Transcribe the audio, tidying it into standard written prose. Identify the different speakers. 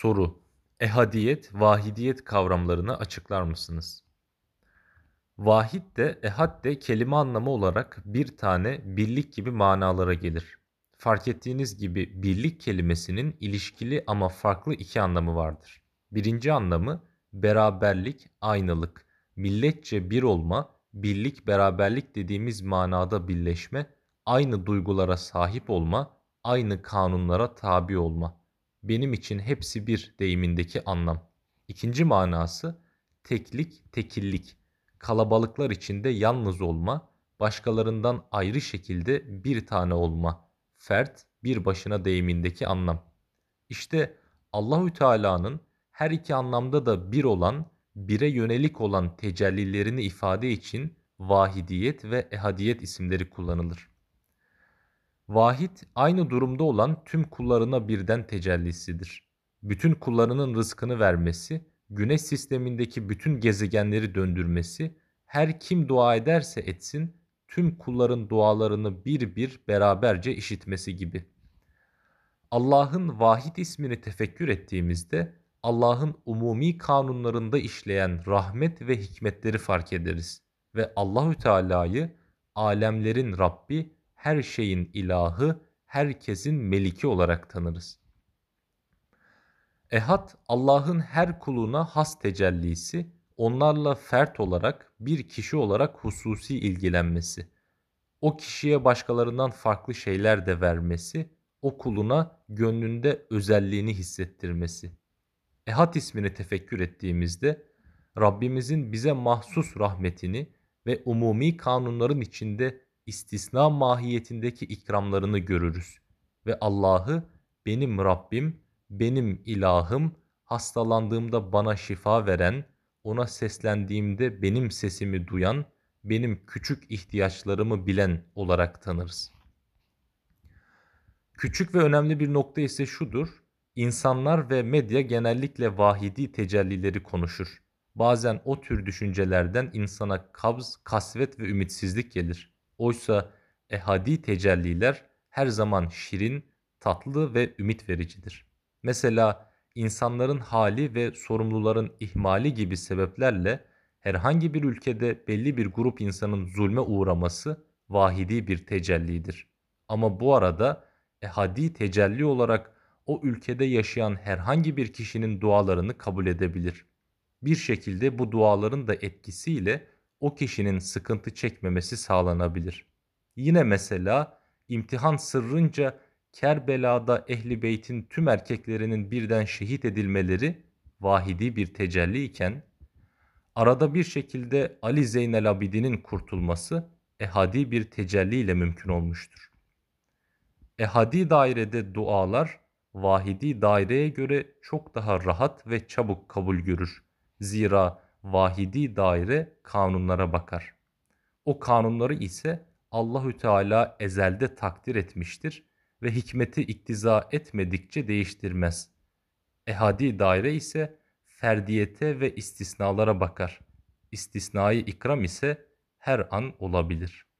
Speaker 1: Soru: Ehadiyet, vahidiyet kavramlarını açıklar mısınız? Vahid de ehad de kelime anlamı olarak bir tane, birlik gibi manalara gelir. Fark ettiğiniz gibi birlik kelimesinin ilişkili ama farklı iki anlamı vardır. Birinci anlamı beraberlik, aynılık, milletçe bir olma, birlik, beraberlik dediğimiz manada birleşme, aynı duygulara sahip olma, aynı kanunlara tabi olma. Benim için hepsi bir deyimindeki anlam. İkinci manası teklik, tekillik, kalabalıklar içinde yalnız olma, başkalarından ayrı şekilde bir tane olma, fert, bir başına deyimindeki anlam. İşte Allahü Teala'nın her iki anlamda da bir olan, bire yönelik olan tecellilerini ifade için vahidiyet ve ehadiyet isimleri kullanılır. Vahid, aynı durumda olan tüm kullarına birden tecellisidir. Bütün kullarının rızkını vermesi, güneş sistemindeki bütün gezegenleri döndürmesi, her kim dua ederse etsin, tüm kulların dualarını bir bir beraberce işitmesi gibi. Allah'ın Vahid ismini tefekkür ettiğimizde, Allah'ın umumi kanunlarında işleyen rahmet ve hikmetleri fark ederiz ve Allahü Teala'yı alemlerin Rabbi, her şeyin ilahı, herkesin meliki olarak tanırız. Ehad, Allah'ın her kuluna has tecellisi, onlarla fert olarak, bir kişi olarak hususi ilgilenmesi, o kişiye başkalarından farklı şeyler de vermesi, o kuluna gönlünde özelliğini hissettirmesi. Ehad ismini tefekkür ettiğimizde, Rabbimizin bize mahsus rahmetini ve umumi kanunların içinde istisna mahiyetindeki ikramlarını görürüz. Ve Allah'ı benim Rabbim, benim ilahım, hastalandığımda bana şifa veren, ona seslendiğimde benim sesimi duyan, benim küçük ihtiyaçlarımı bilen olarak tanırız. Küçük ve önemli bir nokta ise şudur: İnsanlar ve medya genellikle vahidi tecellileri konuşur. Bazen o tür düşüncelerden insana kabz, kasvet ve ümitsizlik gelir. Oysa ehadi tecelliler her zaman şirin, tatlı ve ümit vericidir. Mesela insanların hali ve sorumluların ihmali gibi sebeplerle herhangi bir ülkede belli bir grup insanın zulme uğraması vahidi bir tecellidir. Ama bu arada ehadi tecelli olarak o ülkede yaşayan herhangi bir kişinin dualarını kabul edebilir. Bir şekilde bu duaların da etkisiyle o kişinin sıkıntı çekmemesi sağlanabilir. Yine mesela imtihan sırrınca Kerbela'da Ehli Beyt'in tüm erkeklerinin birden şehit edilmeleri vahidi bir tecelli iken, arada bir şekilde Ali Zeynel Abidin'in kurtulması ehadi bir tecelli ile mümkün olmuştur. Ehadi dairede dualar, vahidi daireye göre çok daha rahat ve çabuk kabul görür. Zira vahidi daire kanunlara bakar. O kanunları ise Allahü Teala ezelde takdir etmiştir ve hikmeti iktiza etmedikçe değiştirmez. Ehadi daire ise ferdiyete ve istisnalara bakar. İstisnai ikram ise her an olabilir.